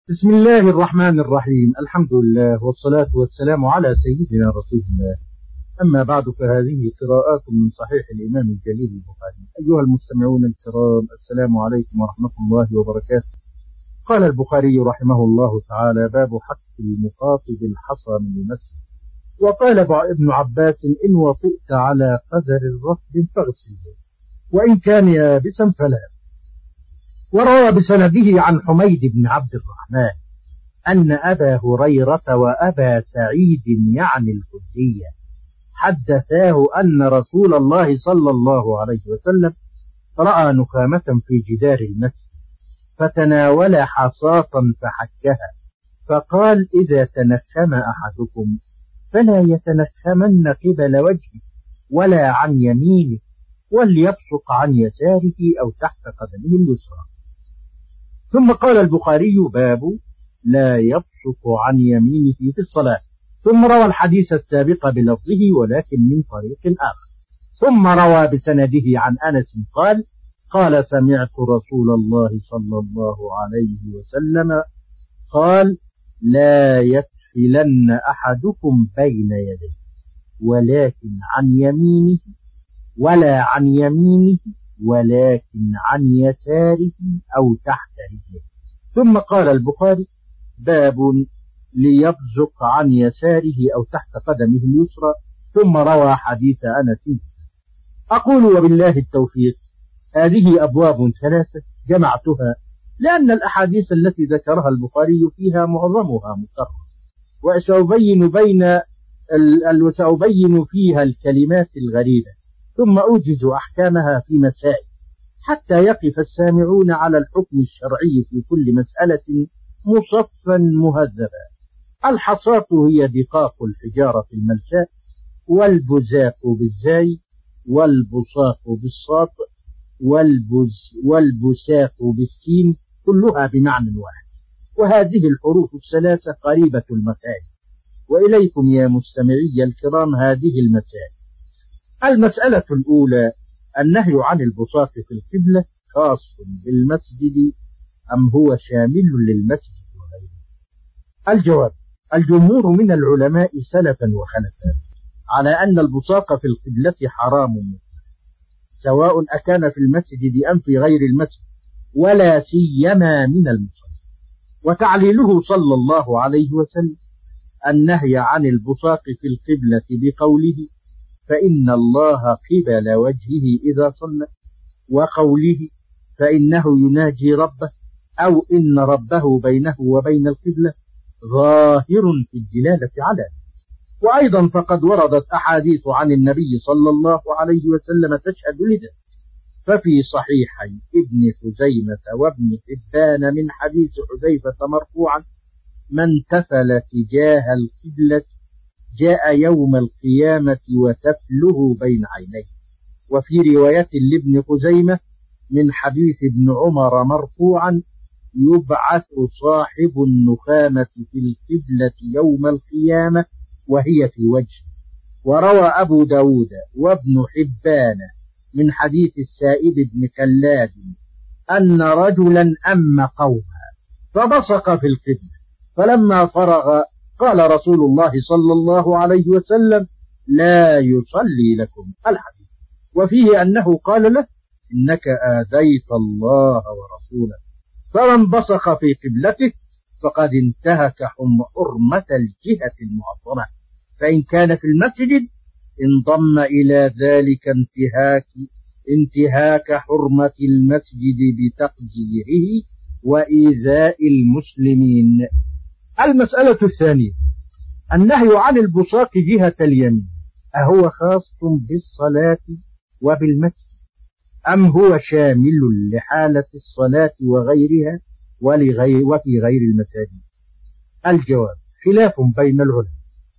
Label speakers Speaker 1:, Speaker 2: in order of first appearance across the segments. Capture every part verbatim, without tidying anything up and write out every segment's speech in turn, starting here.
Speaker 1: بسم الله الرحمن الرحيم. الحمد لله والصلاة والسلام على سيدنا رسول الله. أما بعد، فهذه قراءات من صحيح الإمام الجليل البخاري. أيها المستمعون الكرام، السلام عليكم ورحمة الله وبركاته. قال البخاري رحمه الله تعالى: باب حق المخاطب الحصى من المسجد. وقال ابن عباس: إن وطئت على قدر الرطب فاغسله، وإن كان يابسا فلا. وروى بسنده عن حميد بن عبد الرحمن أن أبا هريرة وأبا سعيد يعني الخدرية حدثاه أن رسول الله صلى الله عليه وسلم رأى نخامة في جدار المسجد فتناول حصاة فحكها، فقال: إذا تنخم أحدكم فلا يتنخمن قبل وجهه ولا عن يمينه، وليبصق عن يساره أو تحت قدمه اليسرى. ثم قال البخاري: باب لا يبصق عن يمينه في الصلاة. ثم روى الحديث السابق بلفظه ولكن من طريق آخر. ثم روى بسنده عن أنس قال: قال: سمعت رسول الله صلى الله عليه وسلم قال: لا يدخلن أحدكم بين يديه ولكن عن يمينه، ولا عن يمينه ولكن عن يساره أو تحت رجله. ثم قال البخاري: باب ليبزق عن يساره أو تحت قدمه اليسرى. ثم روى حديث أنس. أقول وبالله التوفيق. هذه أبواب ثلاثة جمعتها لأن الأحاديث التي ذكرها البخاري فيها معظمها مكرر، وسأبين بين وسأبين فيها الكلمات الغريبة، ثم أوجز أحكامها في مسائل حتى يقف السامعون على الحكم الشرعي في كل مسألة مصفا مهذبا. الحصاة هي دقاق الحجارة الملساء، والبزاق بالزاي، والبصاق بالصاد، والبز والبساق بالسين، كلها بمعنى واحد، وهذه الحروف الثلاثة قريبة المكان. وإليكم يا مستمعي الكرام هذه المسائل. المسألة الأولى: النهي عن البصاق في القبلة خاص بالمسجد أم هو شامل للمسجد وغيره؟ الجواب: الجمهور من العلماء سلفا وخلفا على أن البصاق في القبلة حرام مطلق، سواء أكان في المسجد أم في غير المسجد، ولا سيما من المصلى. وتعليله صلى الله عليه وسلم النهي عن البصاق في القبلة بقوله: فإن الله قبل وجهه إذا صلى، وقوله: فإنه يناجي ربه، أو إن ربه بينه وبين القبلة، ظاهر في الدلالة على. وأيضا فقد وردت أحاديث عن النبي صلى الله عليه وسلم تشهد لذلك، ففي صحيحي ابن خزيمة وابن حبان من حديث حذيفة مرفوعا: من تفل تجاه القبلة جاء يوم القيامة وتفله بين عينيه. وفي رواية لابن خزيمة من حديث ابن عمر مرفوعا: يبعث صاحب النخامة في القبلة يوم القيامة وهي في وجه. وروى أبو داود وابن حبان من حديث السائب بن كلاد أن رجلا أم قوما فبصق في القبلة، فلما فرغ قال رسول الله صلى الله عليه وسلم: لا يصلي لكم. الحديث. وفيه أنه قال له: إنك آذيت الله ورسوله، فمن بصق في قبلته فقد انتهك حرمة الجهة المعظمة، فإن كان في المسجد انضم إلى ذلك انتهاك انتهاك حرمة المسجد بتقديره وإيذاء المسلمين. المسألة الثانية: النهي عن البصاق جهة اليمين أهو خاص بالصلاة وبالمسجد أم هو شامل لحالة الصلاة وغيرها ولغير وفي غير المساجد؟ الجواب: خلاف بين العلماء،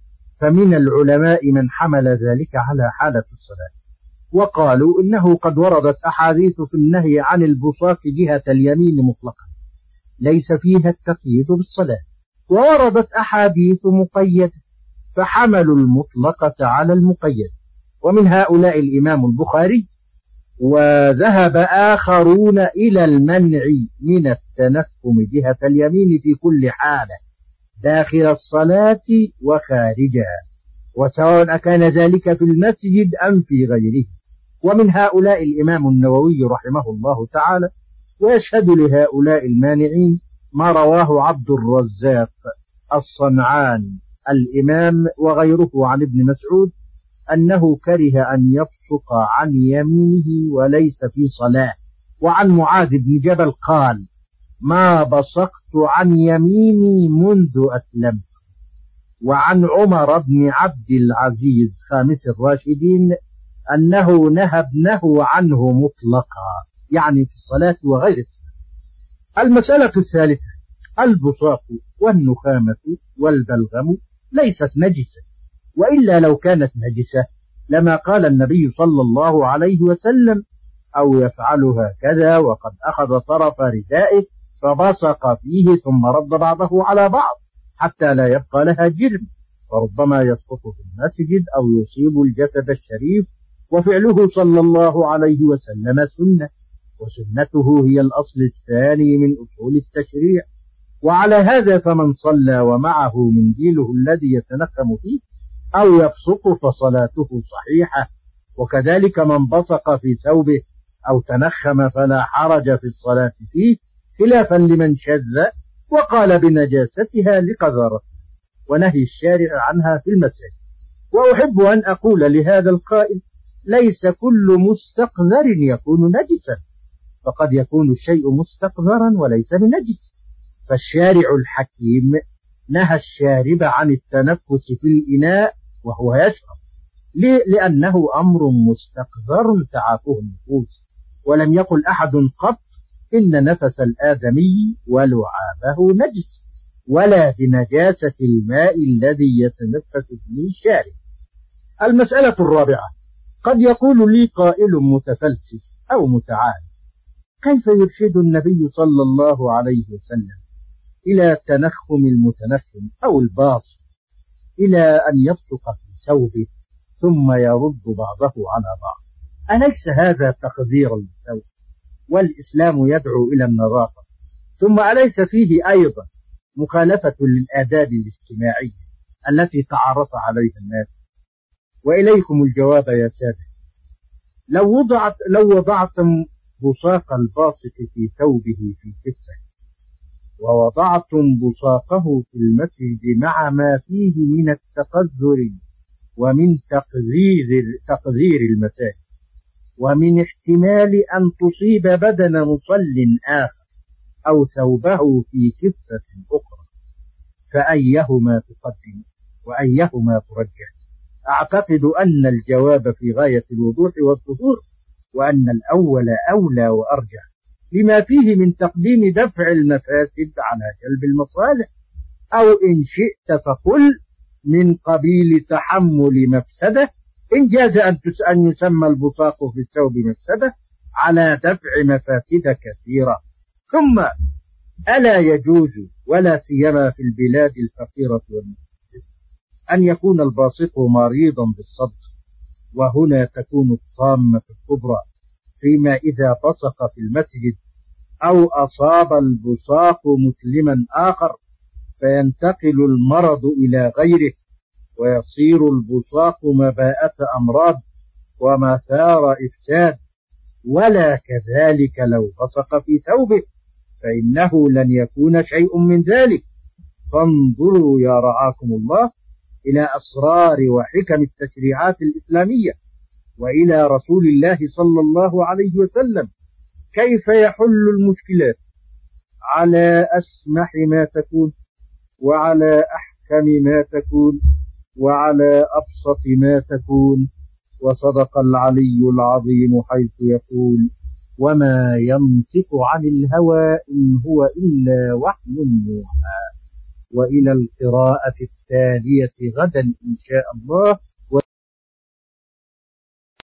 Speaker 1: فمن العلماء من حمل ذلك على حالة الصلاة، وقالوا إنه قد وردت أحاديث في النهي عن البصاق جهة اليمين مطلقا ليس فيها التقييد بالصلاة، ووردت أحاديث مقيدة فحملوا المطلقة على المقيد. ومن هؤلاء الإمام البخاري وذهب آخرون إلى المنع من التنفم جهة اليمين في كل حالة داخل الصلاة وخارجها، وسواء كان ذلك في المسجد أم في غيره. ومن هؤلاء الإمام النووي رحمه الله تعالى، ويشهد لهؤلاء المانعين ما رواه عبد الرزاق الصنعاني الإمام وغيره عن ابن مسعود أنه كره أن يبصق عن يمينه وليس في صلاة. وعن معاذ بن جبل قال: ما بصقت عن يميني منذ أسلمت. وعن عمر بن عبد العزيز خامس الراشدين أنه نهى ابنه عنه مطلقا، يعني في الصلاة وغير الصلاة. المسألة الثالثة: البصاق والنخامة والبلغم ليست نجسة، وإلا لو كانت نجسة لما قال النبي صلى الله عليه وسلم: أو يفعلها كذا، وقد أخذ طرف ردائه فبصق فيه ثم رد بعضه على بعض حتى لا يبقى لها جرم، فربما يسقط في المسجد أو يصيب الجسد الشريف. وفعله صلى الله عليه وسلم سنة، وسنته هي الأصل الثاني من أصول التشريع. وعلى هذا فمن صلى ومعه منديله الذي يتنخم فيه أو يبصق فصلاته صحيحة، وكذلك من بصق في ثوبه أو تنخم فلا حرج في الصلاة فيه، خلافا لمن شذ وقال بنجاستها لقذارتها ونهي الشارع عنها في المساجد. وأحب أن أقول لهذا القائل: ليس كل مستقذر يكون نجسا، فقد يكون الشيء مستقذرا وليس بنجس. فالشارع الحكيم نهى الشارب عن التنفس في الإناء وهو يشرب، لأنه أمر مستقذر تعافه النفوس، ولم يقل أحد قط إن نفس الآدمي ولعابه نجس، ولا بنجاسة الماء الذي يتنفس فيه الشارب. المسألة الرابعة: قد يقول لي قائل متفلسف أو متعالي: كيف يرشد النبي صلى الله عليه وسلم إلى تنخم المتنخم أو الباص إلى أن يبصق في ثوبه ثم يرد بعضه على بعض؟ أليس هذا تخذير للثوب؟ والإسلام يدعو إلى النظافة. ثم أليس فيه أيضا مخالفة للآداب الاجتماعية التي تعرف عليها الناس؟ وإليكم الجواب يا سادة: لو وضعت لو وضعتم بصاق الباسط في ثوبه في كفه، ووضعتم بصاقه في المسجد مع ما فيه من التقذر ومن تقذير تقذير المساجد، ومن احتمال أن تصيب بدن مصل آخر أو ثوبه في كفة أخرى، فأيهما تقدم وأيهما ترجح؟ أعتقد أن الجواب في غاية الوضوح والظهور، وأن الأول أولى وأرجح، لما فيه من تقديم دفع المفاسد على جلب المصالح، أو إن شئت فقل من قبيل تحمل مفسدة، إن جاز أن يسمى البصاق في الثوب مفسدة على دفع مفاسد كثيرة. ثم ألا يجوز ولا سيما في البلاد الفقيرة والمسجد أن يكون الباصق مريضا بالصدر، وهنا تكون الطامة الكبرى، فيما إذا بصق في المسجد أو أصاب البصاق مسلما آخر فينتقل المرض إلى غيره، ويصير البصاق مباءة أمراض ومثار إفساد. ولا كذلك لو بصق في ثوبه فإنه لن يكون شيء من ذلك. فانظروا يا رعاكم الله إلى أسرار وحكم التشريعات الإسلامية، وإلى رسول الله صلى الله عليه وسلم كيف يحل المشكلات على أسمح ما تكون، وعلى أحكم ما تكون، وعلى أبسط ما تكون. وصدق العلي العظيم حيث يقول: وما ينطق عن الهوى إن هو إلا وحي يوحى. وإلى القراءة التالية غدا إن شاء الله.